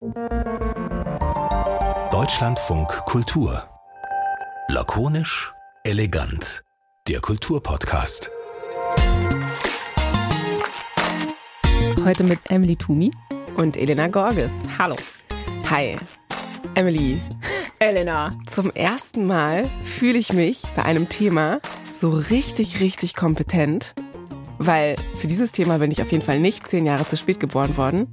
Deutschlandfunk Kultur. Lakonisch, elegant. Der Kulturpodcast. Heute mit Emily Thumi und Elena Gorges. Hallo. Hi. Emily. Elena. Zum ersten Mal fühle ich mich bei einem Thema so richtig kompetent, weil für dieses Thema bin ich auf jeden Fall nicht 10 Jahre zu spät geboren worden.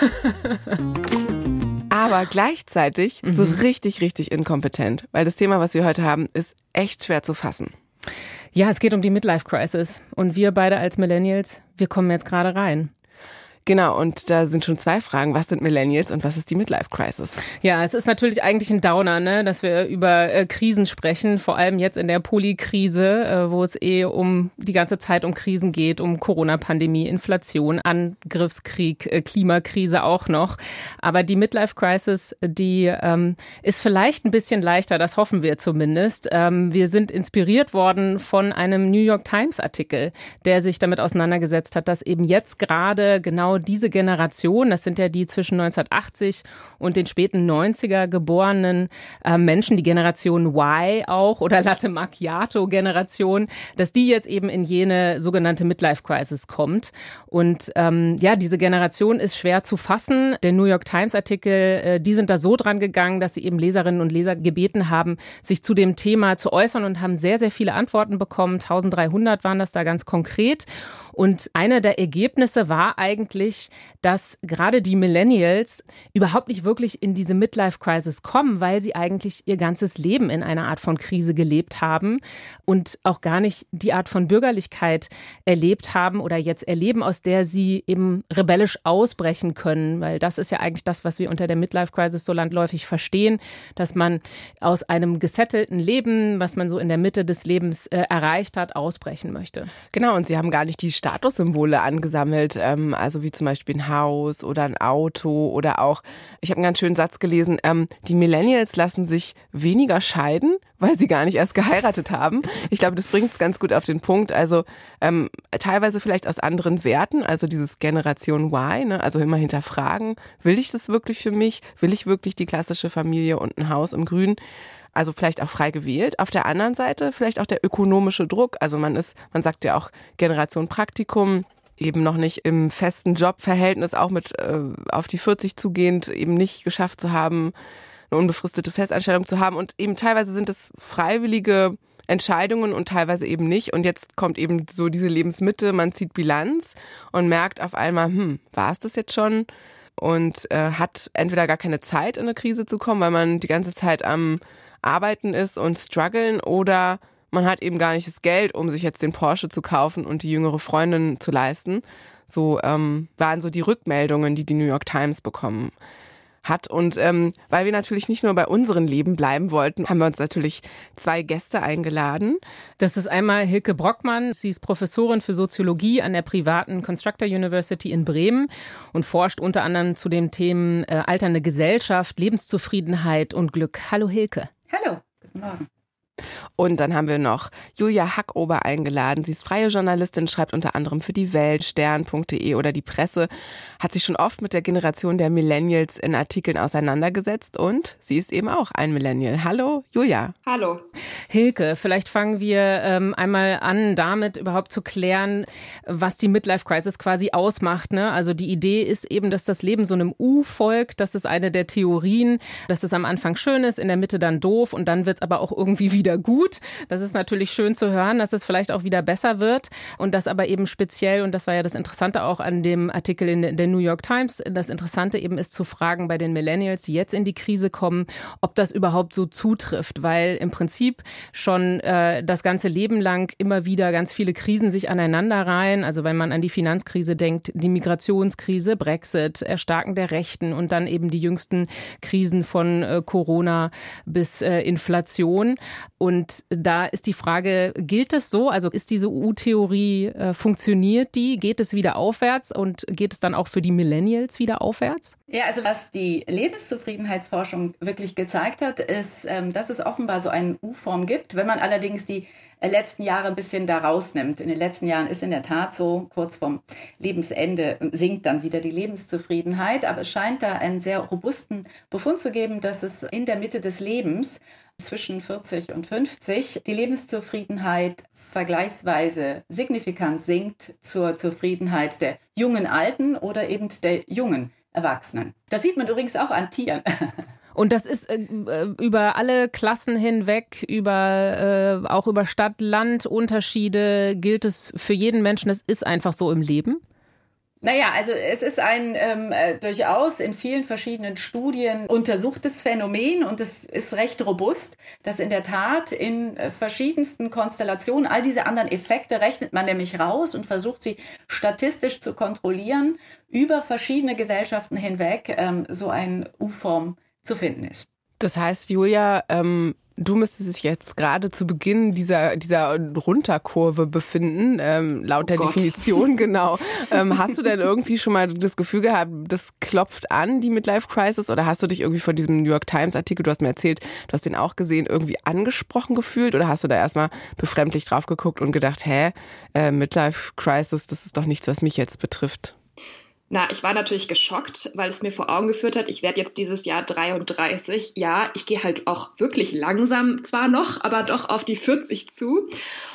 Aber gleichzeitig so richtig inkompetent, weil das Thema, was wir heute haben, ist echt schwer zu fassen. Ja, es geht um die Midlife-Crisis und wir beide als Millennials, wir kommen jetzt gerade rein. Genau, und da sind schon 2 Fragen. Was sind Millennials und was ist die Midlife-Crisis? Ja, es ist natürlich eigentlich ein Downer, ne, dass wir über Krisen sprechen, vor allem jetzt in der Polykrise, wo es um die ganze Zeit um Krisen geht, um Corona-Pandemie, Inflation, Angriffskrieg, Klimakrise auch noch. Aber die Midlife-Crisis, die ist vielleicht ein bisschen leichter, das hoffen wir zumindest. Wir sind inspiriert worden von einem New York Times-Artikel, der sich damit auseinandergesetzt hat, dass eben jetzt gerade genau diese Generation, das sind ja die zwischen 1980 und den späten 90er geborenen Menschen, die Generation Y auch oder Latte Macchiato-Generation, dass die jetzt eben in jene sogenannte Midlife-Crisis kommt. Und diese Generation ist schwer zu fassen. Der New York Times-Artikel, die sind da so dran gegangen, dass sie eben Leserinnen und Leser gebeten haben, sich zu dem Thema zu äußern und haben sehr viele Antworten bekommen. 1300 waren das da ganz konkret. Und eine der Ergebnisse war eigentlich, dass gerade die Millennials überhaupt nicht wirklich in diese Midlife-Crisis kommen, weil sie eigentlich ihr ganzes Leben in einer Art von Krise gelebt haben und auch gar nicht die Art von Bürgerlichkeit erlebt haben oder jetzt erleben, aus der sie eben rebellisch ausbrechen können. Weil das ist ja eigentlich das, was wir unter der Midlife-Crisis so landläufig verstehen, dass man aus einem gesettelten Leben, was man so in der Mitte des Lebens erreicht hat, ausbrechen möchte. Genau, und sie haben gar nicht die Statussymbole angesammelt, also wie zum Beispiel ein Haus oder ein Auto oder auch, ich habe einen ganz schönen Satz gelesen, die Millennials lassen sich weniger scheiden, weil sie gar nicht erst geheiratet haben. Ich glaube, das bringt es ganz gut auf den Punkt. Also teilweise vielleicht aus anderen Werten, also dieses Generation Y, ne? Also immer hinterfragen, will ich das wirklich für mich? Will ich wirklich die klassische Familie und ein Haus im Grün? Also vielleicht auch frei gewählt. Auf der anderen Seite vielleicht auch der ökonomische Druck. Also man sagt ja auch Generation Praktikum, eben noch nicht im festen Jobverhältnis, auch mit auf die 40 zugehend, eben nicht geschafft zu haben, eine unbefristete Festanstellung zu haben. Und eben teilweise sind es freiwillige Entscheidungen und teilweise eben nicht. Und jetzt kommt eben so diese Lebensmitte, man zieht Bilanz und merkt auf einmal, war es das jetzt schon? Und hat entweder gar keine Zeit, in eine Krise zu kommen, weil man die ganze Zeit am Arbeiten ist und strugglen, oder man hat eben gar nicht das Geld, um sich jetzt den Porsche zu kaufen und die jüngere Freundin zu leisten. So waren so die Rückmeldungen, die New York Times bekommen hat. Und weil wir natürlich nicht nur bei unseren Leben bleiben wollten, haben wir uns natürlich 2 Gäste eingeladen. Das ist einmal Hilke Brockmann. Sie ist Professorin für Soziologie an der privaten Constructor University in Bremen und forscht unter anderem zu den Themen alternde Gesellschaft, Lebenszufriedenheit und Glück. Hallo Hilke. Hallo, guten Morgen. Und dann haben wir noch Julia Hackober eingeladen. Sie ist freie Journalistin, schreibt unter anderem für die Welt, stern.de oder die Presse, hat sich schon oft mit der Generation der Millennials in Artikeln auseinandergesetzt und sie ist eben auch ein Millennial. Hallo, Julia. Hallo. Hilke, vielleicht fangen wir einmal an, damit überhaupt zu klären, was die Midlife-Crisis quasi ausmacht, ne? Also die Idee ist eben, dass das Leben so einem U folgt. Das ist eine der Theorien, dass es am Anfang schön ist, in der Mitte dann doof und dann wird es aber auch irgendwie wieder gut. Das ist natürlich schön zu hören, dass es vielleicht auch wieder besser wird und das aber eben speziell, und das war ja das Interessante auch an dem Artikel in der New York Times, das Interessante eben ist zu fragen bei den Millennials, die jetzt in die Krise kommen, ob das überhaupt so zutrifft, weil im Prinzip schon das ganze Leben lang immer wieder ganz viele Krisen sich aneinander reihen, also wenn man an die Finanzkrise denkt, die Migrationskrise, Brexit, Erstarken der Rechten und dann eben die jüngsten Krisen von Corona bis Inflation. Und Und da ist die Frage, gilt es so? Also ist diese U-Theorie, funktioniert die? Geht es wieder aufwärts und geht es dann auch für die Millennials wieder aufwärts? Ja, also was die Lebenszufriedenheitsforschung wirklich gezeigt hat, ist, dass es offenbar so eine U-Form gibt. Wenn man allerdings die letzten Jahre ein bisschen da rausnimmt. In den letzten Jahren ist in der Tat so, kurz vorm Lebensende sinkt dann wieder die Lebenszufriedenheit. Aber es scheint da einen sehr robusten Befund zu geben, dass es in der Mitte des Lebens zwischen 40 und 50 die Lebenszufriedenheit vergleichsweise signifikant sinkt zur Zufriedenheit der jungen Alten oder eben der jungen Erwachsenen. Das sieht man übrigens auch an Tieren. Und das ist über alle Klassen hinweg, auch über Stadt-Land-Unterschiede, gilt es für jeden Menschen, es ist einfach so im Leben? Naja, also es ist ein durchaus in vielen verschiedenen Studien untersuchtes Phänomen und es ist recht robust, dass in der Tat in verschiedensten Konstellationen, all diese anderen Effekte rechnet man nämlich raus und versucht sie statistisch zu kontrollieren, über verschiedene Gesellschaften hinweg so eine U-Form zu finden ist. Das heißt, Julia, du müsstest dich jetzt gerade zu Beginn dieser Runterkurve befinden, laut der Definition, genau. Hast du denn irgendwie schon mal das Gefühl gehabt, das klopft an, die Midlife-Crisis, oder hast du dich irgendwie von diesem New York Times-Artikel, du hast mir erzählt, du hast den auch gesehen, irgendwie angesprochen gefühlt, oder hast du da erstmal befremdlich drauf geguckt und gedacht, Midlife-Crisis, das ist doch nichts, was mich jetzt betrifft? Na, ich war natürlich geschockt, weil es mir vor Augen geführt hat, ich werde jetzt dieses Jahr 33. Ja, ich gehe halt auch wirklich langsam zwar noch, aber doch auf die 40 zu.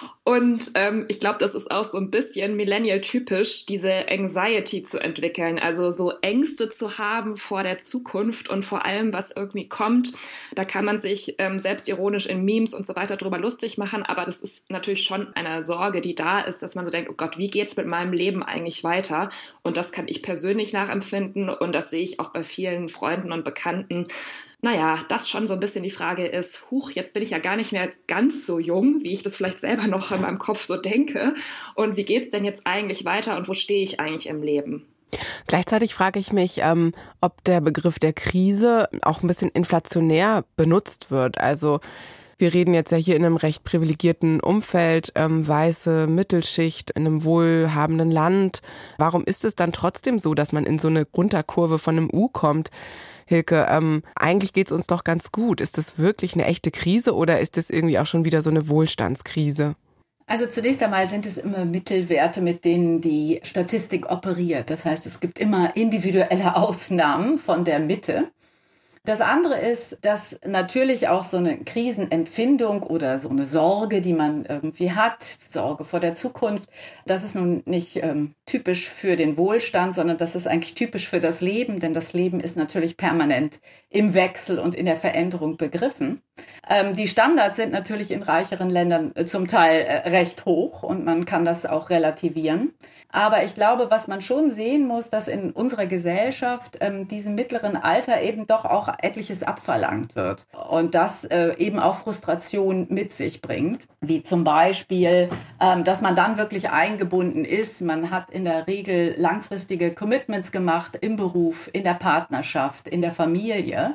Und ich glaube, das ist auch so ein bisschen millennial-typisch, diese Anxiety zu entwickeln. Also so Ängste zu haben vor der Zukunft und vor allem, was irgendwie kommt. Da kann man sich selbstironisch in Memes und so weiter drüber lustig machen. Aber das ist natürlich schon eine Sorge, die da ist, dass man so denkt, oh Gott, wie geht's mit meinem Leben eigentlich weiter? Und das kann ich persönlich nachempfinden und das sehe ich auch bei vielen Freunden und Bekannten. Naja, das schon so ein bisschen die Frage ist, jetzt bin ich ja gar nicht mehr ganz so jung, wie ich das vielleicht selber noch in meinem Kopf so denke. Und wie geht's denn jetzt eigentlich weiter und wo stehe ich eigentlich im Leben? Gleichzeitig frage ich mich, ob der Begriff der Krise auch ein bisschen inflationär benutzt wird. Also wir reden jetzt ja hier in einem recht privilegierten Umfeld, weiße Mittelschicht in einem wohlhabenden Land. Warum ist es dann trotzdem so, dass man in so eine Runterkurve von einem U kommt? Hilke, eigentlich geht's uns doch ganz gut. Ist das wirklich eine echte Krise oder ist das irgendwie auch schon wieder so eine Wohlstandskrise? Also zunächst einmal sind es immer Mittelwerte, mit denen die Statistik operiert. Das heißt, es gibt immer individuelle Ausnahmen von der Mitte. Das andere ist, dass natürlich auch so eine Krisenempfindung oder so eine Sorge, die man irgendwie hat, Sorge vor der Zukunft, das ist nun nicht typisch für den Wohlstand, sondern das ist eigentlich typisch für das Leben, denn das Leben ist natürlich permanent im Wechsel und in der Veränderung begriffen. Die Standards sind natürlich in reicheren Ländern zum Teil recht hoch und man kann das auch relativieren. Aber ich glaube, was man schon sehen muss, dass in unserer Gesellschaft diesem mittleren Alter eben doch auch etliches abverlangt wird. Und das eben auch Frustration mit sich bringt. Wie zum Beispiel, dass man dann wirklich eingebunden ist. Man hat in der Regel langfristige Commitments gemacht im Beruf, in der Partnerschaft, in der Familie.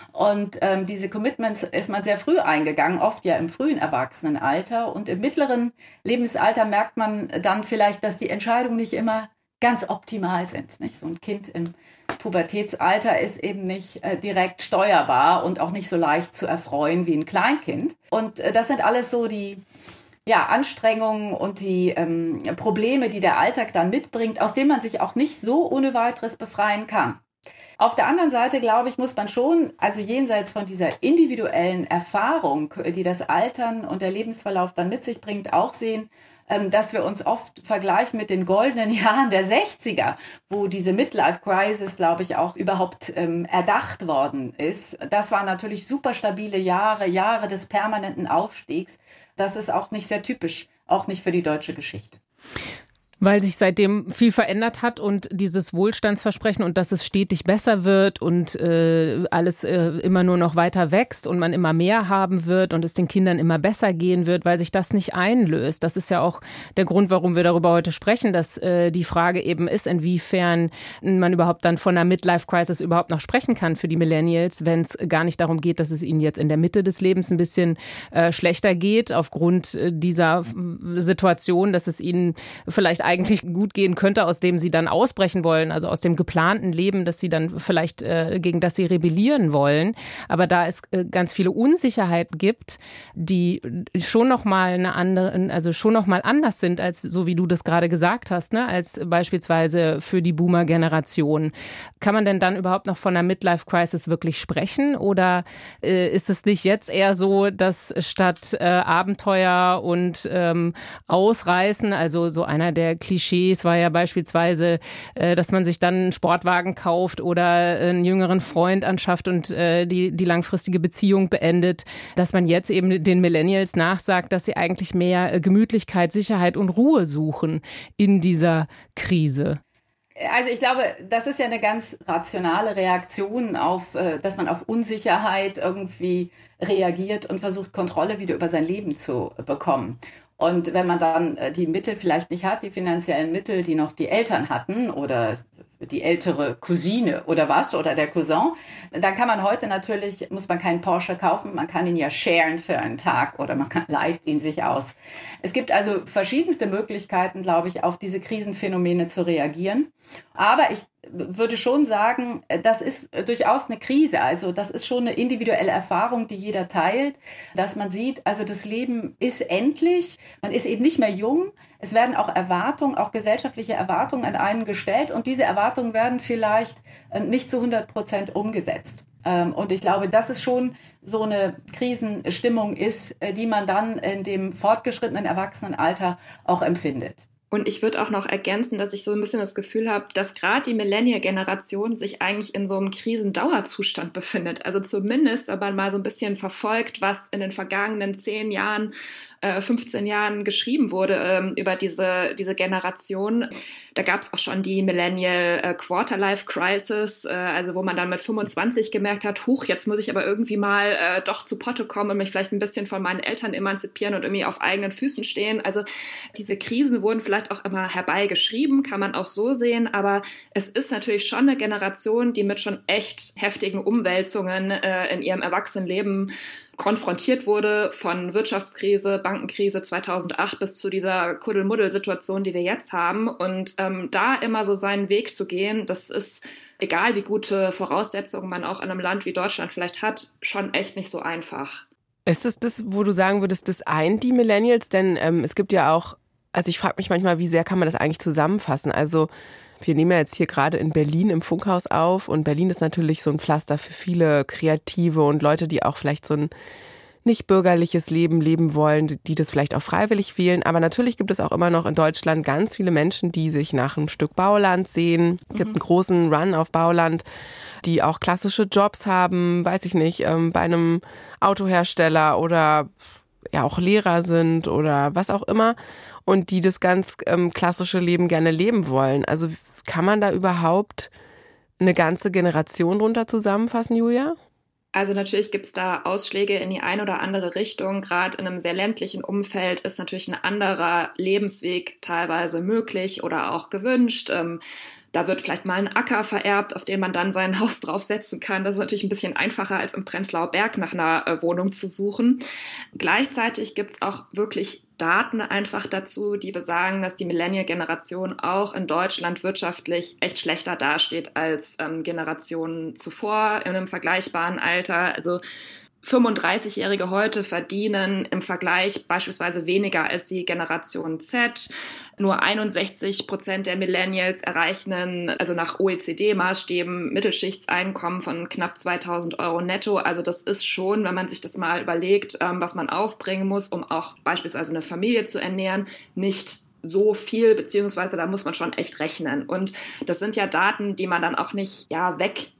Und diese Commitments ist man sehr früh eingegangen, oft ja im frühen Erwachsenenalter. Und im mittleren Lebensalter merkt man dann vielleicht, dass die Entscheidungen nicht immer ganz optimal sind. Nicht? So ein Kind im Pubertätsalter ist eben nicht direkt steuerbar und auch nicht so leicht zu erfreuen wie ein Kleinkind. Und das sind alles so die Anstrengungen und die Probleme, die der Alltag dann mitbringt, aus denen man sich auch nicht so ohne weiteres befreien kann. Auf der anderen Seite, glaube ich, muss man schon, also jenseits von dieser individuellen Erfahrung, die das Altern und der Lebensverlauf dann mit sich bringt, auch sehen, dass wir uns oft vergleichen mit den goldenen Jahren der 60er, wo diese Midlife-Crisis, glaube ich, auch überhaupt erdacht worden ist. Das waren natürlich super stabile Jahre des permanenten Aufstiegs. Das ist auch nicht sehr typisch, auch nicht für die deutsche Geschichte. Weil sich seitdem viel verändert hat und dieses Wohlstandsversprechen und dass es stetig besser wird und alles immer nur noch weiter wächst und man immer mehr haben wird und es den Kindern immer besser gehen wird, weil sich das nicht einlöst. Das ist ja auch der Grund, warum wir darüber heute sprechen, dass die Frage eben ist, inwiefern man überhaupt dann von einer Midlife-Crisis überhaupt noch sprechen kann für die Millennials, wenn es gar nicht darum geht, dass es ihnen jetzt in der Mitte des Lebens ein bisschen schlechter geht aufgrund dieser Situation, dass es ihnen vielleicht eigentlich gut gehen könnte, aus dem sie dann ausbrechen wollen, also aus dem geplanten Leben, das sie dann vielleicht, gegen das sie rebellieren wollen. Aber da es ganz viele Unsicherheiten gibt, die schon noch mal anders sind, als so wie du das gerade gesagt hast, ne, als beispielsweise für die Boomer-Generation. Kann man denn dann überhaupt noch von einer Midlife-Crisis wirklich sprechen? Oder ist es nicht jetzt eher so, dass statt Abenteuer und Ausreißen, also so einer der Klischees war ja beispielsweise, dass man sich dann einen Sportwagen kauft oder einen jüngeren Freund anschafft und die langfristige Beziehung beendet, dass man jetzt eben den Millennials nachsagt, dass sie eigentlich mehr Gemütlichkeit, Sicherheit und Ruhe suchen in dieser Krise. Also ich glaube, das ist ja eine ganz rationale Reaktion auf, dass man auf Unsicherheit irgendwie reagiert und versucht, Kontrolle wieder über sein Leben zu bekommen. Und wenn man dann die Mittel vielleicht nicht hat, die finanziellen Mittel, die noch die Eltern hatten oder die ältere Cousine oder was oder der Cousin, dann kann man heute natürlich, muss man keinen Porsche kaufen, man kann ihn ja sharen für einen Tag oder man leiht ihn sich aus. Es gibt also verschiedenste Möglichkeiten, glaube ich, auf diese Krisenphänomene zu reagieren. Aber ich würde schon sagen, das ist durchaus eine Krise. Also das ist schon eine individuelle Erfahrung, die jeder teilt, dass man sieht, also das Leben ist endlich, man ist eben nicht mehr jung. Es werden auch Erwartungen, auch gesellschaftliche Erwartungen an einen gestellt und diese Erwartungen werden vielleicht nicht zu 100% umgesetzt. Und ich glaube, dass es schon so eine Krisenstimmung ist, die man dann in dem fortgeschrittenen Erwachsenenalter auch empfindet. Und ich würde auch noch ergänzen, dass ich so ein bisschen das Gefühl habe, dass gerade die Millennial-Generation sich eigentlich in so einem Krisendauerzustand befindet. Also zumindest, wenn man mal so ein bisschen verfolgt, was in den vergangenen 10 Jahren 15 Jahren geschrieben wurde über diese Generation. Da gab es auch schon die Millennial Quarterlife Crisis, also wo man dann mit 25 gemerkt hat, huch, jetzt muss ich aber irgendwie mal doch zu Potte kommen und mich vielleicht ein bisschen von meinen Eltern emanzipieren und irgendwie auf eigenen Füßen stehen. Also diese Krisen wurden vielleicht auch immer herbeigeschrieben, kann man auch so sehen, aber es ist natürlich schon eine Generation, die mit schon echt heftigen Umwälzungen in ihrem Erwachsenenleben konfrontiert wurde, von Wirtschaftskrise, Bankenkrise 2008 bis zu dieser Kuddelmuddel-Situation, die wir jetzt haben. Und da immer so seinen Weg zu gehen, das ist, egal wie gute Voraussetzungen man auch in einem Land wie Deutschland vielleicht hat, schon echt nicht so einfach. Ist es das, wo du sagen würdest, das eint die Millennials? Denn es gibt ja auch, also ich frage mich manchmal, wie sehr kann man das eigentlich zusammenfassen? Also wir nehmen ja jetzt hier gerade in Berlin im Funkhaus auf und Berlin ist natürlich so ein Pflaster für viele Kreative und Leute, die auch vielleicht so ein nicht bürgerliches Leben leben wollen, die das vielleicht auch freiwillig wählen. Aber natürlich gibt es auch immer noch in Deutschland ganz viele Menschen, die sich nach einem Stück Bauland sehen. Es gibt einen großen Run auf Bauland, die auch klassische Jobs haben, weiß ich nicht, bei einem Autohersteller oder ja auch Lehrer sind oder was auch immer und die das ganz klassische Leben gerne leben wollen. Also kann man da überhaupt eine ganze Generation drunter zusammenfassen, Julia? Also natürlich gibt es da Ausschläge in die eine oder andere Richtung. Gerade in einem sehr ländlichen Umfeld ist natürlich ein anderer Lebensweg teilweise möglich oder auch gewünscht. Da wird vielleicht mal ein Acker vererbt, auf den man dann sein Haus draufsetzen kann. Das ist natürlich ein bisschen einfacher, als im Prenzlauer Berg nach einer Wohnung zu suchen. Gleichzeitig gibt es auch wirklich Daten einfach dazu, die besagen, dass die Millennial-Generation auch in Deutschland wirtschaftlich echt schlechter dasteht als Generationen zuvor in einem vergleichbaren Alter. Also 35-Jährige heute verdienen im Vergleich beispielsweise weniger als die Generation Z. Nur 61% der Millennials erreichen, also nach OECD-Maßstäben, Mittelschichtseinkommen von knapp 2.000 Euro netto. Also das ist schon, wenn man sich das mal überlegt, was man aufbringen muss, um auch beispielsweise eine Familie zu ernähren, nicht so viel, beziehungsweise da muss man schon echt rechnen. Und das sind ja Daten, die man dann auch nicht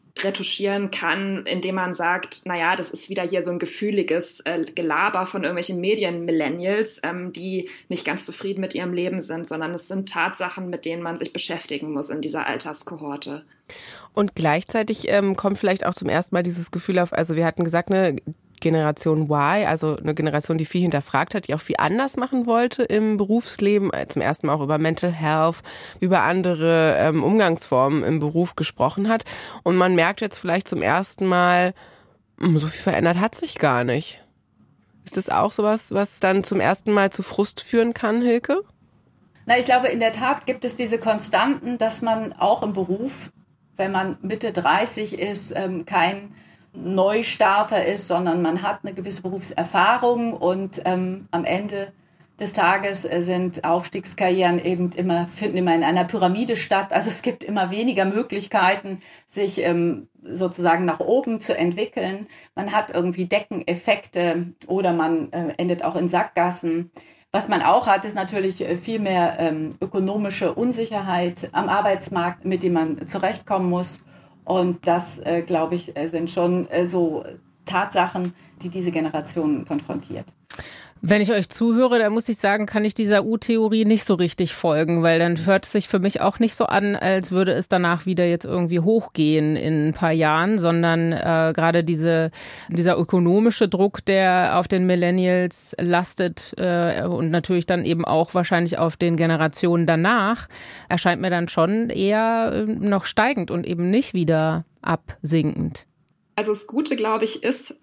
retuschieren kann, indem man sagt, naja, das ist wieder hier so ein gefühliges Gelaber von irgendwelchen Medien-Millennials, die nicht ganz zufrieden mit ihrem Leben sind, sondern es sind Tatsachen, mit denen man sich beschäftigen muss in dieser Alterskohorte. Und gleichzeitig kommt vielleicht auch zum ersten Mal dieses Gefühl auf, also wir hatten gesagt, eine Generation Y, also eine Generation, die viel hinterfragt hat, die auch viel anders machen wollte im Berufsleben, zum ersten Mal auch über Mental Health, über andere Umgangsformen im Beruf gesprochen hat. Und man merkt jetzt vielleicht zum ersten Mal, so viel verändert hat sich gar nicht. Ist das auch sowas, was dann zum ersten Mal zu Frust führen kann, Hilke? Na, ich glaube, in der Tat gibt es diese Konstanten, dass man auch im Beruf, wenn man Mitte 30 ist, kein Neustarter ist, sondern man hat eine gewisse Berufserfahrung und am Ende des Tages sind Aufstiegskarrieren finden immer in einer Pyramide statt. Also es gibt immer weniger Möglichkeiten, sich sozusagen nach oben zu entwickeln. Man hat irgendwie Deckeneffekte oder man endet auch in Sackgassen. Was man auch hat, ist natürlich viel mehr ökonomische Unsicherheit am Arbeitsmarkt, mit dem man zurechtkommen muss. Und das, glaube ich, sind schon so Tatsachen, die diese Generation konfrontiert. Wenn ich euch zuhöre, dann muss ich sagen, kann ich dieser U-Theorie nicht so richtig folgen, weil dann hört es sich für mich auch nicht so an, als würde es danach wieder jetzt irgendwie hochgehen in ein paar Jahren, sondern gerade dieser ökonomische Druck, der auf den Millennials lastet und natürlich dann eben auch wahrscheinlich auf den Generationen danach, erscheint mir dann schon eher noch steigend und eben nicht wieder absinkend. Also das Gute, glaube ich, ist,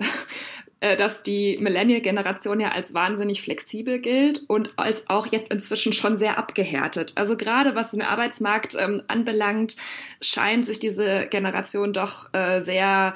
dass die Millennial-Generation ja als wahnsinnig flexibel gilt und als auch jetzt inzwischen schon sehr abgehärtet. Also gerade was den Arbeitsmarkt anbelangt, scheint sich diese Generation doch sehr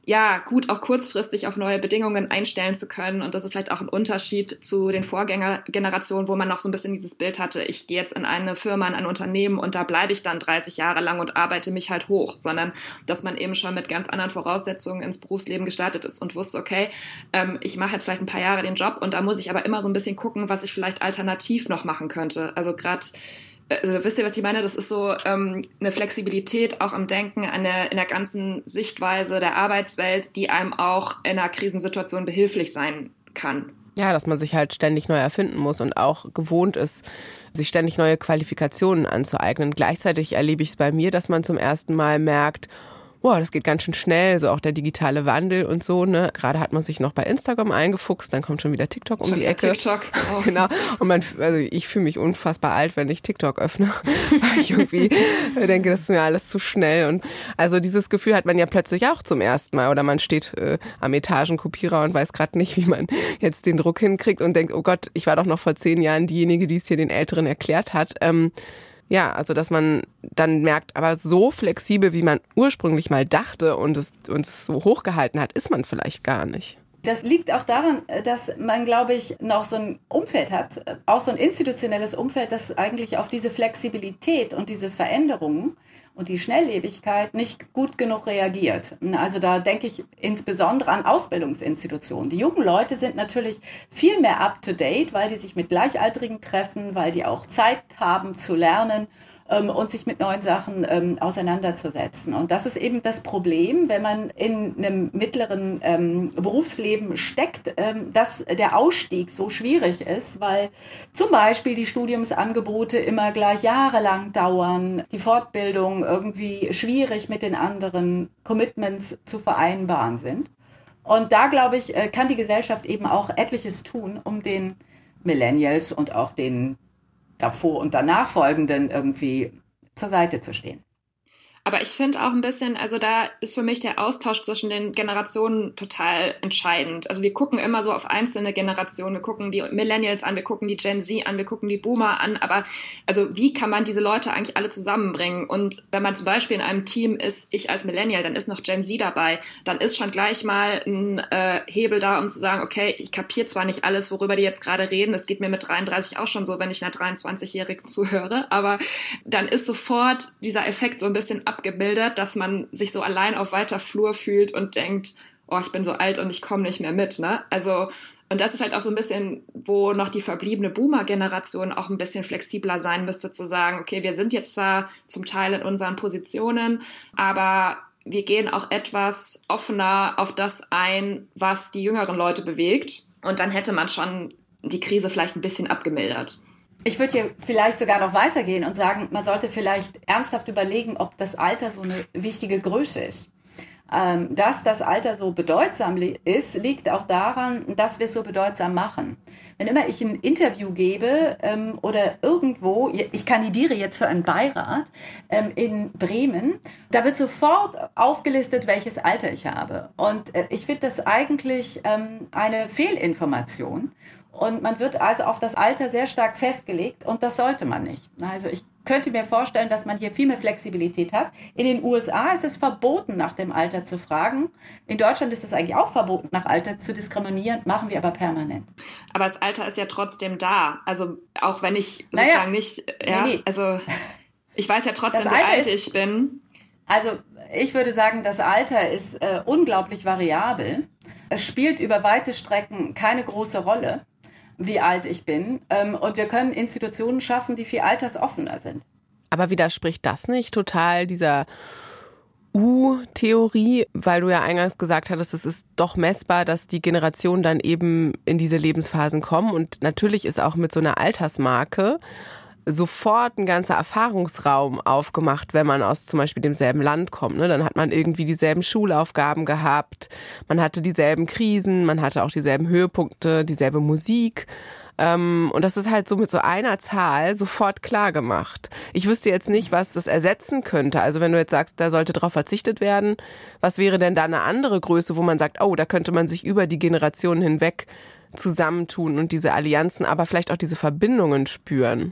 gut auch kurzfristig auf neue Bedingungen einstellen zu können. Und das ist vielleicht auch ein Unterschied zu den Vorgängergenerationen, wo man noch so ein bisschen dieses Bild hatte, ich gehe jetzt in eine Firma, in ein Unternehmen und da bleibe ich dann 30 Jahre lang und arbeite mich halt hoch, sondern dass man eben schon mit ganz anderen Voraussetzungen ins Berufsleben gestartet ist und wusste, okay, ich mache jetzt vielleicht ein paar Jahre den Job und da muss ich aber immer so ein bisschen gucken, was ich vielleicht alternativ noch machen könnte. Also gerade wisst ihr, was ich meine? Das ist so eine Flexibilität auch im Denken in der ganzen Sichtweise der Arbeitswelt, die einem auch in einer Krisensituation behilflich sein kann. Ja, dass man sich halt ständig neu erfinden muss und auch gewohnt ist, sich ständig neue Qualifikationen anzueignen. Gleichzeitig erlebe ich es bei mir, dass man zum ersten Mal merkt, wow, das geht ganz schön schnell, so auch der digitale Wandel und so, ne. Gerade hat man sich noch bei Instagram eingefuchst, dann kommt schon wieder TikTok um die Ecke. TikTok, oh. Genau. Und ich fühle mich unfassbar alt, wenn ich TikTok öffne, weil ich irgendwie denke, das ist mir alles zu schnell. Und also dieses Gefühl hat man ja plötzlich auch zum ersten Mal. Oder man steht am Etagenkopierer und weiß gerade nicht, wie man jetzt den Druck hinkriegt und denkt, oh Gott, ich war doch noch vor 10 Jahren diejenige, die es hier den Älteren erklärt hat. Ja, also dass man dann merkt, aber so flexibel, wie man ursprünglich mal dachte und es so hochgehalten hat, ist man vielleicht gar nicht. Das liegt auch daran, dass man, glaube ich, noch so ein Umfeld hat, auch so ein institutionelles Umfeld, das eigentlich auf diese Flexibilität und diese Veränderungen und die Schnelllebigkeit nicht gut genug reagiert. Also da denke ich insbesondere an Ausbildungsinstitutionen. Die jungen Leute sind natürlich viel mehr up-to-date, weil die sich mit Gleichaltrigen treffen, weil die auch Zeit haben zu lernen und sich mit neuen Sachen auseinanderzusetzen. Und das ist eben das Problem, wenn man in einem mittleren Berufsleben steckt, dass der Ausstieg so schwierig ist, weil zum Beispiel die Studiumsangebote immer gleich jahrelang dauern, die Fortbildung irgendwie schwierig mit den anderen Commitments zu vereinbaren sind. Und da, glaube ich, kann die Gesellschaft eben auch etliches tun, um den Millennials und auch den davor und danach folgenden irgendwie zur Seite zu stehen. Aber ich finde auch ein bisschen, also da ist für mich der Austausch zwischen den Generationen total entscheidend. Also wir gucken immer so auf einzelne Generationen, wir gucken die Millennials an, wir gucken die Gen Z an, wir gucken die Boomer an, aber also wie kann man diese Leute eigentlich alle zusammenbringen? Und wenn man zum Beispiel in einem Team ist, ich als Millennial, dann ist noch Gen Z dabei, dann ist schon gleich mal ein Hebel da, um zu sagen, okay, ich kapiere zwar nicht alles, worüber die jetzt gerade reden, das geht mir mit 33 auch schon so, wenn ich einer 23-Jährigen zuhöre, aber dann ist sofort dieser Effekt so ein bisschen abgebildet, dass man sich so allein auf weiter Flur fühlt und denkt, oh, ich bin so alt und ich komme nicht mehr mit, ne? Also, und das ist vielleicht auch so ein bisschen, wo noch die verbliebene Boomer-Generation auch ein bisschen flexibler sein müsste, zu sagen, okay, wir sind jetzt zwar zum Teil in unseren Positionen, aber wir gehen auch etwas offener auf das ein, was die jüngeren Leute bewegt. Und dann hätte man schon die Krise vielleicht ein bisschen abgemildert. Ich würde hier vielleicht sogar noch weitergehen und sagen, man sollte vielleicht ernsthaft überlegen, ob das Alter so eine wichtige Größe ist. Dass das Alter so bedeutsam ist, liegt auch daran, dass wir es so bedeutsam machen. Wenn immer ich ein Interview gebe oder irgendwo, ich kandidiere jetzt für einen Beirat in Bremen, da wird sofort aufgelistet, welches Alter ich habe. Und ich finde das eigentlich eine Fehlinformation. Und man wird also auf das Alter sehr stark festgelegt und das sollte man nicht. Also ich könnte mir vorstellen, dass man hier viel mehr Flexibilität hat. In den USA ist es verboten, nach dem Alter zu fragen. In Deutschland ist es eigentlich auch verboten, nach Alter zu diskriminieren, machen wir aber permanent. Aber das Alter ist ja trotzdem da. Also auch wenn ich sozusagen nicht, nee. Also ich weiß ja trotzdem, wie alt ich bin. Also ich würde sagen, das Alter ist unglaublich variabel. Es spielt über weite Strecken keine große Rolle, wie alt ich bin. Und wir können Institutionen schaffen, die viel altersoffener sind. Aber widerspricht das nicht total dieser U-Theorie, weil du ja eingangs gesagt hattest, es ist doch messbar, dass die Generationen dann eben in diese Lebensphasen kommen. Und natürlich ist auch mit so einer Altersmarke sofort ein ganzer Erfahrungsraum aufgemacht, wenn man aus zum Beispiel demselben Land kommt. Ne? Dann hat man irgendwie dieselben Schulaufgaben gehabt, man hatte dieselben Krisen, man hatte auch dieselben Höhepunkte, dieselbe Musik. Und das ist halt so mit so einer Zahl sofort klar gemacht. Ich wüsste jetzt nicht, was das ersetzen könnte. Also wenn du jetzt sagst, da sollte drauf verzichtet werden, was wäre denn da eine andere Größe, wo man sagt, oh, da könnte man sich über die Generationen hinweg zusammentun und diese Allianzen, aber vielleicht auch diese Verbindungen spüren?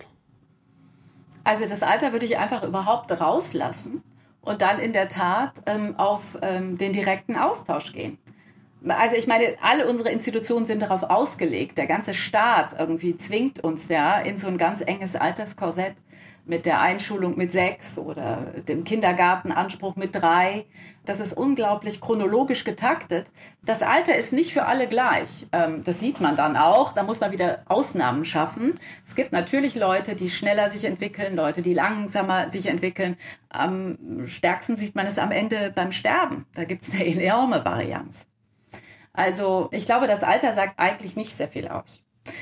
Also das Alter würde ich einfach überhaupt rauslassen und dann in der Tat auf den direkten Austausch gehen. Also ich meine, alle unsere Institutionen sind darauf ausgelegt. Der ganze Staat irgendwie zwingt uns ja in so ein ganz enges Alterskorsett mit der Einschulung mit 6 oder dem Kindergartenanspruch mit 3. Das ist unglaublich chronologisch getaktet. Das Alter ist nicht für alle gleich. Das sieht man dann auch. Da muss man wieder Ausnahmen schaffen. Es gibt natürlich Leute, die schneller sich entwickeln, Leute, die langsamer sich entwickeln. Am stärksten sieht man es am Ende beim Sterben. Da gibt es eine enorme Varianz. Also ich glaube, das Alter sagt eigentlich nicht sehr viel aus.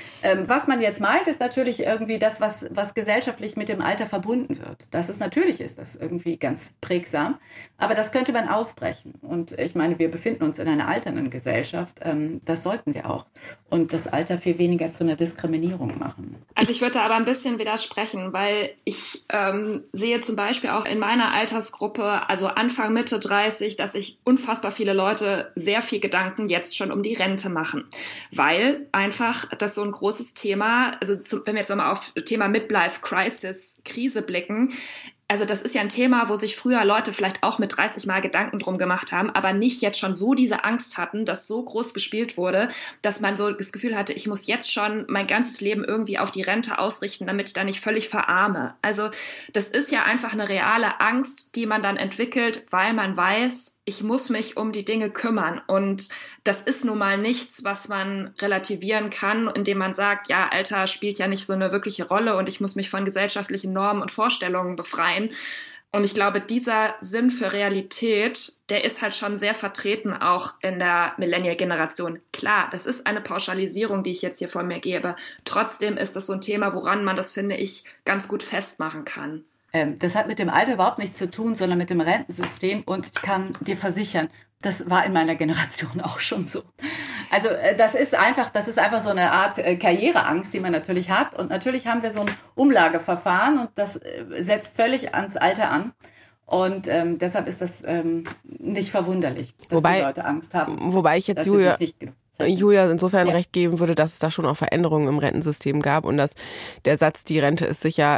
Was man jetzt meint, ist natürlich irgendwie das, was gesellschaftlich mit dem Alter verbunden wird. Das ist natürlich das irgendwie ganz prägsam, aber das könnte man aufbrechen. Und ich meine, wir befinden uns in einer alternden Gesellschaft, das sollten wir auch. Und das Alter viel weniger zu einer Diskriminierung machen. Also ich würde da aber ein bisschen widersprechen, weil ich sehe zum Beispiel auch in meiner Altersgruppe, also Anfang, Mitte 30, dass sich unfassbar viele Leute sehr viel Gedanken jetzt schon um die Rente machen, weil einfach das so ein großes Thema, also wenn wir jetzt nochmal auf Thema Midlife-Crisis, Krise blicken, also das ist ja ein Thema, wo sich früher Leute vielleicht auch mit 30 Mal Gedanken drum gemacht haben, aber nicht jetzt schon so diese Angst hatten, dass so groß gespielt wurde, dass man so das Gefühl hatte, ich muss jetzt schon mein ganzes Leben irgendwie auf die Rente ausrichten, damit ich da nicht völlig verarme. Also das ist ja einfach eine reale Angst, die man dann entwickelt, weil man weiß, ich muss mich um die Dinge kümmern. Und das ist nun mal nichts, was man relativieren kann, indem man sagt, ja, Alter spielt ja nicht so eine wirkliche Rolle und ich muss mich von gesellschaftlichen Normen und Vorstellungen befreien. Und ich glaube, dieser Sinn für Realität, der ist halt schon sehr vertreten, auch in der Millennial-Generation. Klar, das ist eine Pauschalisierung, die ich jetzt hier von mir gebe. Trotzdem ist das so ein Thema, woran man das, finde ich, ganz gut festmachen kann. Das hat mit dem Alter überhaupt nichts zu tun, sondern mit dem Rentensystem. Und ich kann dir versichern, das war in meiner Generation auch schon so. Also das ist einfach so eine Art Karriereangst, die man natürlich hat. Und natürlich haben wir so ein Umlageverfahren und das setzt völlig ans Alter an. Und deshalb ist das nicht verwunderlich, dass die Leute Angst haben. Wobei ich jetzt Julia insofern recht geben würde, dass es da schon auch Veränderungen im Rentensystem gab und dass der Satz, die Rente ist sicher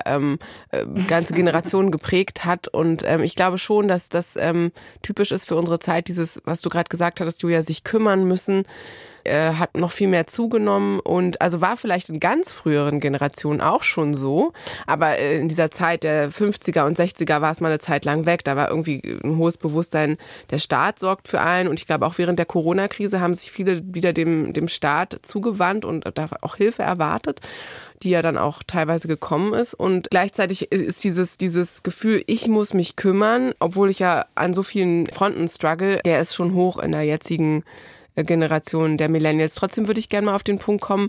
ganze Generationen geprägt hat. Und ich glaube schon, dass das typisch ist für unsere Zeit, dieses, was du gerade gesagt hattest, Julia, sich kümmern müssen, hat noch viel mehr zugenommen und also war vielleicht in ganz früheren Generationen auch schon so, aber in dieser Zeit der 50er und 60er war es mal eine Zeit lang weg. Da war irgendwie ein hohes Bewusstsein, der Staat sorgt für einen und ich glaube auch während der Corona-Krise haben sich viele wieder dem Staat zugewandt und da auch Hilfe erwartet, die ja dann auch teilweise gekommen ist. Und gleichzeitig ist dieses Gefühl, ich muss mich kümmern, obwohl ich ja an so vielen Fronten struggle, der ist schon hoch in der jetzigen Generation der Millennials. Trotzdem würde ich gerne mal auf den Punkt kommen.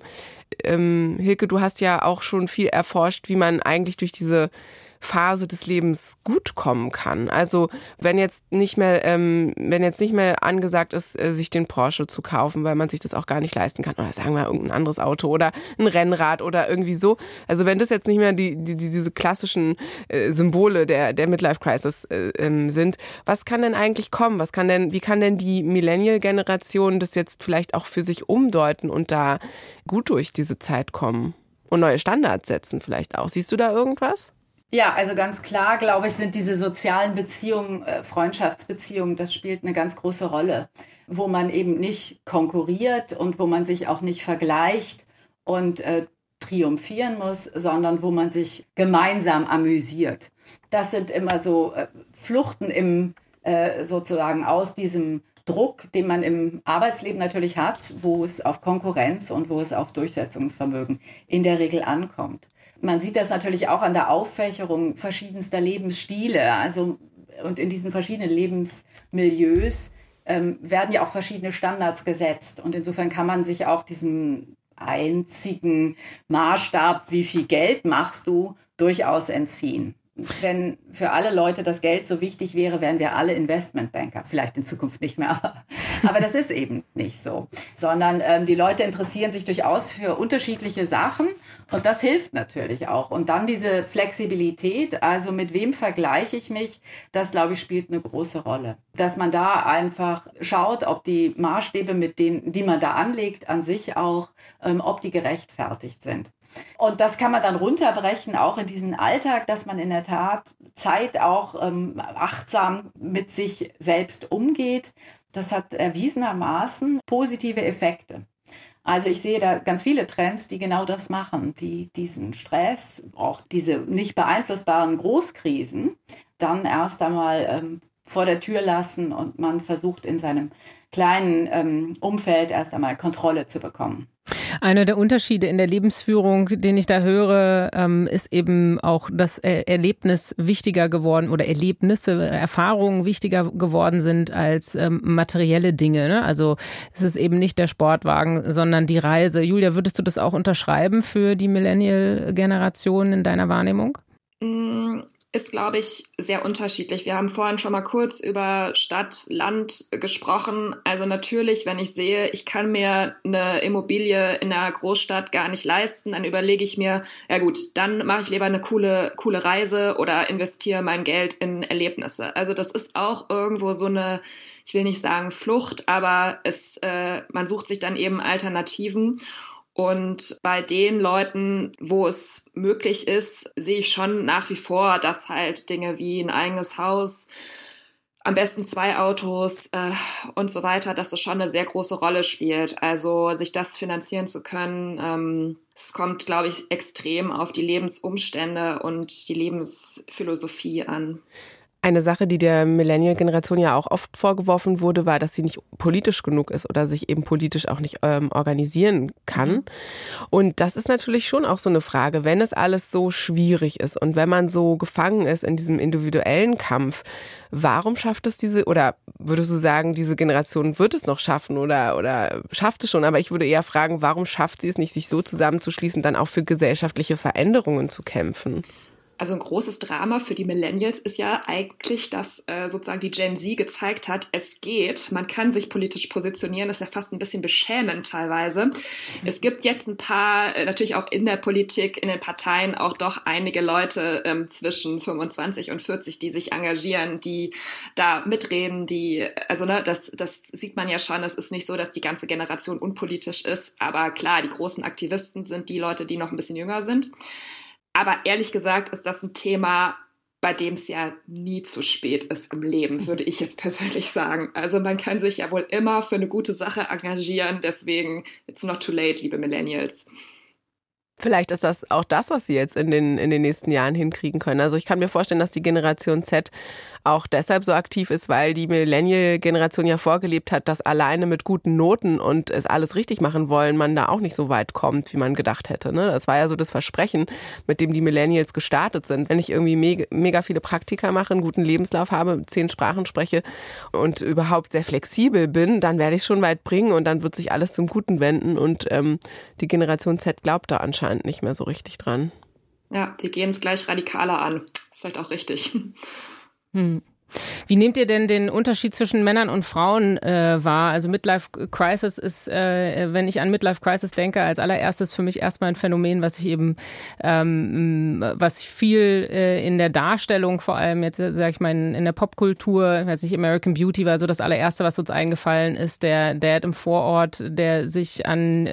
Hilke, du hast ja auch schon viel erforscht, wie man eigentlich durch diese Phase des Lebens gut kommen kann. Also wenn jetzt nicht mehr angesagt ist, sich den Porsche zu kaufen, weil man sich das auch gar nicht leisten kann, oder sagen wir irgendein anderes Auto oder ein Rennrad oder irgendwie so. Also wenn das jetzt nicht mehr diese klassischen Symbole der Midlife-Crisis sind, was kann denn eigentlich kommen? Wie kann denn die Millennial-Generation das jetzt vielleicht auch für sich umdeuten und da gut durch diese Zeit kommen und neue Standards setzen vielleicht auch? Siehst du da irgendwas? Ja, also ganz klar, glaube ich, sind diese sozialen Beziehungen, Freundschaftsbeziehungen, das spielt eine ganz große Rolle, wo man eben nicht konkurriert und wo man sich auch nicht vergleicht und triumphieren muss, sondern wo man sich gemeinsam amüsiert. Das sind immer so Fluchten sozusagen aus diesem Druck, den man im Arbeitsleben natürlich hat, wo es auf Konkurrenz und wo es auf Durchsetzungsvermögen in der Regel ankommt. Man sieht das natürlich auch an der Auffächerung verschiedenster Lebensstile. Also, und in diesen verschiedenen Lebensmilieus werden ja auch verschiedene Standards gesetzt. Und insofern kann man sich auch diesen einzigen Maßstab, wie viel Geld machst du, durchaus entziehen. Wenn für alle Leute das Geld so wichtig wäre, wären wir alle Investmentbanker. Vielleicht in Zukunft nicht mehr, aber das ist eben nicht so. Sondern die Leute interessieren sich durchaus für unterschiedliche Sachen und das hilft natürlich auch. Und dann diese Flexibilität, also mit wem vergleiche ich mich, das, glaube ich, spielt eine große Rolle. Dass man da einfach schaut, ob die Maßstäbe, die man da anlegt, an sich auch, ob die gerechtfertigt sind. Und das kann man dann runterbrechen, auch in diesen Alltag, dass man in der Tat Zeit auch achtsam mit sich selbst umgeht. Das hat erwiesenermaßen positive Effekte. Also ich sehe da ganz viele Trends, die genau das machen, die diesen Stress, auch diese nicht beeinflussbaren Großkrisen, dann erst einmal vor der Tür lassen und man versucht in seinem kleinen Umfeld erst einmal Kontrolle zu bekommen. Einer der Unterschiede in der Lebensführung, den ich da höre, ist eben auch das Erlebnis wichtiger geworden oder Erfahrungen wichtiger geworden sind als materielle Dinge. Ne? Also es ist eben nicht der Sportwagen, sondern die Reise. Julia, würdest du das auch unterschreiben für die Millennial-Generation in deiner Wahrnehmung? Ist, glaube ich, sehr unterschiedlich. Wir haben vorhin schon mal kurz über Stadt, Land gesprochen. Also natürlich, wenn ich sehe, ich kann mir eine Immobilie in einer Großstadt gar nicht leisten, dann überlege ich mir, ja gut, dann mache ich lieber eine coole Reise oder investiere mein Geld in Erlebnisse. Also das ist auch irgendwo so eine, ich will nicht sagen Flucht, aber man sucht sich dann eben Alternativen. Und bei den Leuten, wo es möglich ist, sehe ich schon nach wie vor, dass halt Dinge wie ein eigenes Haus, am besten 2 Autos und so weiter, dass das schon eine sehr große Rolle spielt. Also sich das finanzieren zu können, es kommt, glaube ich, extrem auf die Lebensumstände und die Lebensphilosophie an. Eine Sache, die der Millennial-Generation ja auch oft vorgeworfen wurde, war, dass sie nicht politisch genug ist oder sich eben politisch auch nicht organisieren kann. Und das ist natürlich schon auch so eine Frage, wenn es alles so schwierig ist und wenn man so gefangen ist in diesem individuellen Kampf, warum schafft es oder würdest du sagen, diese Generation wird es noch schaffen oder schafft es schon? Aber ich würde eher fragen, warum schafft sie es nicht, sich so zusammenzuschließen, dann auch für gesellschaftliche Veränderungen zu kämpfen? Also ein großes Drama für die Millennials ist ja eigentlich, dass sozusagen die Gen Z gezeigt hat, es geht, man kann sich politisch positionieren, das ist ja fast ein bisschen beschämend teilweise. Es gibt jetzt ein paar, natürlich auch in der Politik, in den Parteien auch doch einige Leute zwischen 25 und 40, die sich engagieren, die da mitreden, das sieht man ja schon, es ist nicht so, dass die ganze Generation unpolitisch ist, aber klar, die großen Aktivisten sind die Leute, die noch ein bisschen jünger sind. Aber ehrlich gesagt ist das ein Thema, bei dem es ja nie zu spät ist im Leben, würde ich jetzt persönlich sagen. Also man kann sich ja wohl immer für eine gute Sache engagieren, deswegen it's not too late, liebe Millennials. Vielleicht ist das auch das, was Sie jetzt in den nächsten Jahren hinkriegen können. Also ich kann mir vorstellen, dass die Generation Z auch deshalb so aktiv ist, weil die Millennial-Generation ja vorgelebt hat, dass alleine mit guten Noten und es alles richtig machen wollen, man da auch nicht so weit kommt, wie man gedacht hätte. Ne? Das war ja so das Versprechen, mit dem die Millennials gestartet sind. Wenn ich irgendwie mega viele Praktika mache, einen guten Lebenslauf habe, 10 Sprachen spreche und überhaupt sehr flexibel bin, dann werde ich es schon weit bringen und dann wird sich alles zum Guten wenden. Und die Generation Z glaubt da anscheinend nicht mehr so richtig dran. Ja, die gehen es gleich radikaler an. Ist vielleicht auch richtig. Wie nehmt ihr denn den Unterschied zwischen Männern und Frauen wahr? Also Midlife Crisis ist, wenn ich an Midlife Crisis denke, als allererstes für mich erstmal ein Phänomen, was ich eben, was ich viel in der Darstellung, vor allem jetzt sage ich mal in der Popkultur, ich weiß nicht, American Beauty war so das allererste, was uns eingefallen ist, der Dad im Vorort, der sich an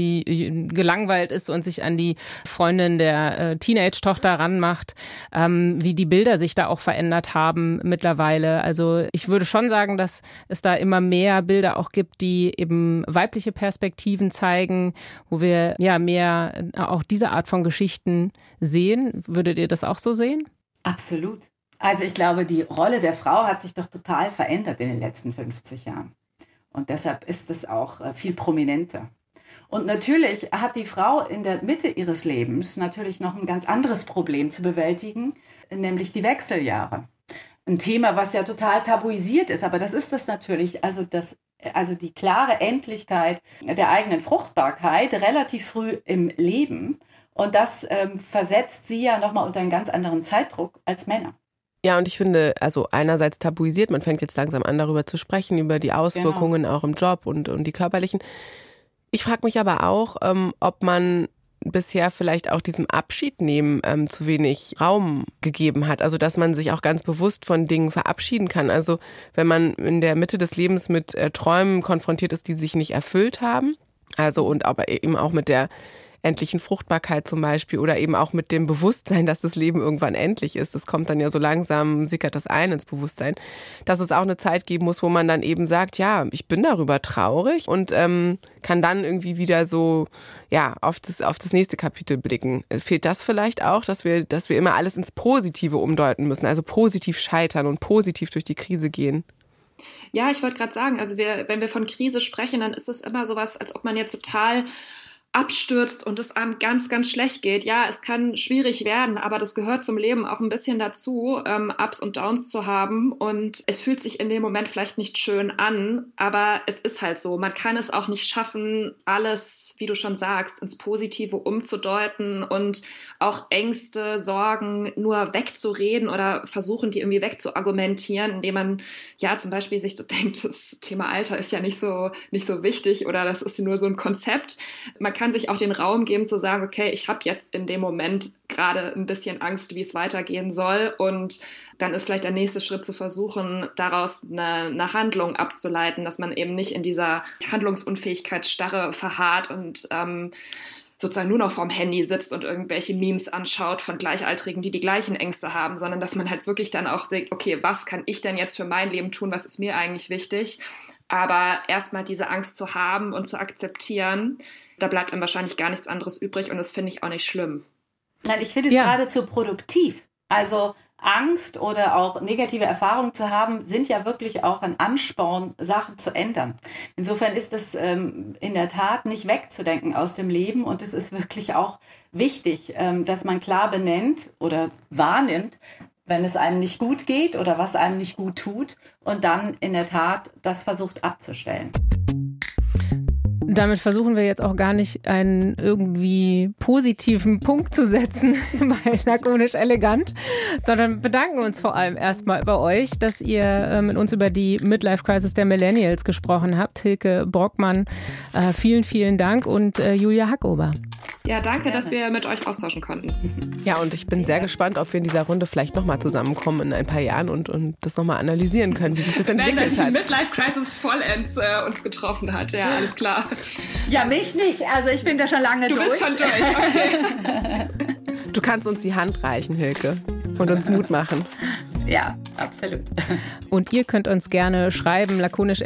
die gelangweilt ist und sich an die Freundin der Teenage-Tochter ranmacht, wie die Bilder sich da auch verändert haben mittlerweile. Also ich würde schon sagen, dass es da immer mehr Bilder auch gibt, die eben weibliche Perspektiven zeigen, wo wir ja mehr auch diese Art von Geschichten sehen. Würdet ihr das auch so sehen? Absolut. Also ich glaube, die Rolle der Frau hat sich doch total verändert in den letzten 50 Jahren. Und deshalb ist es auch viel prominenter. Und natürlich hat die Frau in der Mitte ihres Lebens natürlich noch ein ganz anderes Problem zu bewältigen, nämlich die Wechseljahre. Ein Thema, was ja total tabuisiert ist, aber das ist das natürlich, also die klare Endlichkeit der eigenen Fruchtbarkeit relativ früh im Leben. Und das versetzt sie ja nochmal unter einen ganz anderen Zeitdruck als Männer. Ja, und ich finde, also einerseits tabuisiert, man fängt jetzt langsam an, darüber zu sprechen, über die Auswirkungen auch im Job und die körperlichen. Ich frage mich aber auch, ob man bisher vielleicht auch diesem Abschied nehmen zu wenig Raum gegeben hat. Also dass man sich auch ganz bewusst von Dingen verabschieden kann. Also wenn man in der Mitte des Lebens mit Träumen konfrontiert ist, die sich nicht erfüllt haben. Also und aber eben auch mit der endlichen Fruchtbarkeit zum Beispiel oder eben auch mit dem Bewusstsein, dass das Leben irgendwann endlich ist. Das kommt dann ja so langsam, sickert das ein ins Bewusstsein, dass es auch eine Zeit geben muss, wo man dann eben sagt, ja, ich bin darüber traurig und kann dann irgendwie wieder so ja auf das nächste Kapitel blicken. Fehlt das vielleicht auch, dass wir immer alles ins Positive umdeuten müssen, also positiv scheitern und positiv durch die Krise gehen? Ja, ich wollte gerade sagen, also wenn wir von Krise sprechen, dann ist es immer sowas, als ob man jetzt total abstürzt und es einem ganz, ganz schlecht geht. Ja, es kann schwierig werden, aber das gehört zum Leben auch ein bisschen dazu, Ups und Downs zu haben. Und es fühlt sich in dem Moment vielleicht nicht schön an, aber es ist halt so. Man kann es auch nicht schaffen, alles, wie du schon sagst, ins Positive umzudeuten und auch Ängste, Sorgen nur wegzureden oder versuchen, die irgendwie wegzuargumentieren, indem man ja zum Beispiel sich so denkt, das Thema Alter ist ja nicht so wichtig oder das ist nur so ein Konzept. Man kann sich auch den Raum geben zu sagen, okay, ich habe jetzt in dem Moment gerade ein bisschen Angst, wie es weitergehen soll und dann ist vielleicht der nächste Schritt zu versuchen, daraus eine Handlung abzuleiten, dass man eben nicht in dieser Handlungsunfähigkeitsstarre verharrt und sozusagen nur noch vorm Handy sitzt und irgendwelche Memes anschaut von Gleichaltrigen, die gleichen Ängste haben, sondern dass man halt wirklich dann auch sagt, okay, was kann ich denn jetzt für mein Leben tun, was ist mir eigentlich wichtig? Aber erstmal diese Angst zu haben und zu akzeptieren, da bleibt einem wahrscheinlich gar nichts anderes übrig und das finde ich auch nicht schlimm. Nein, ich finde es geradezu produktiv. Also Angst oder auch negative Erfahrungen zu haben, sind ja wirklich auch ein Ansporn, Sachen zu ändern. Insofern ist es in der Tat nicht wegzudenken aus dem Leben und es ist wirklich auch wichtig, dass man klar benennt oder wahrnimmt, wenn es einem nicht gut geht oder was einem nicht gut tut und dann in der Tat das versucht abzustellen. Damit versuchen wir jetzt auch gar nicht einen irgendwie positiven Punkt zu setzen bei Lakonisch Elegant, sondern bedanken uns vor allem erstmal bei euch, dass ihr mit uns über die Midlife Crisis der Millennials gesprochen habt. Hilke Brockmann, vielen, vielen Dank und Julia Hackober. Ja, danke, dass wir mit euch austauschen konnten. Ja, und ich bin sehr gespannt, ob wir in dieser Runde vielleicht nochmal zusammenkommen in ein paar Jahren und das nochmal analysieren können, wie sich das entwickelt hat. Wenn dann die Midlife Crisis vollends uns getroffen hat, ja, alles klar. Ja, mich nicht. Also ich bin da schon lange durch. Du bist schon durch, okay. Du kannst uns die Hand reichen, Hilke. Und uns Mut machen. Ja, absolut. Und ihr könnt uns gerne schreiben,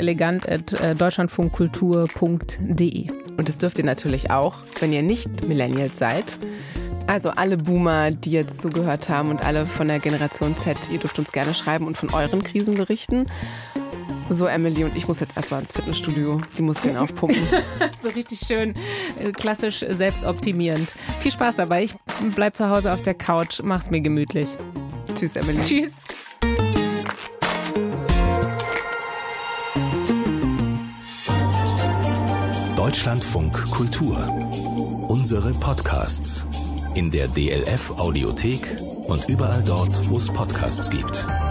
lakonischelegant@deutschlandfunkkultur.de. Und das dürft ihr natürlich auch, wenn ihr nicht Millennials seid. Also alle Boomer, die jetzt zugehört haben und alle von der Generation Z, ihr dürft uns gerne schreiben und von euren Krisen berichten. So, Emily, und ich muss jetzt erstmal ins Fitnessstudio die Muskeln aufpumpen. So richtig schön klassisch selbstoptimierend. Viel Spaß dabei. Ich bleib zu Hause auf der Couch, mach's mir gemütlich. Tschüss, Emily. Tschüss. Deutschlandfunk Kultur. Unsere Podcasts in der DLF Audiothek und überall dort, wo es Podcasts gibt.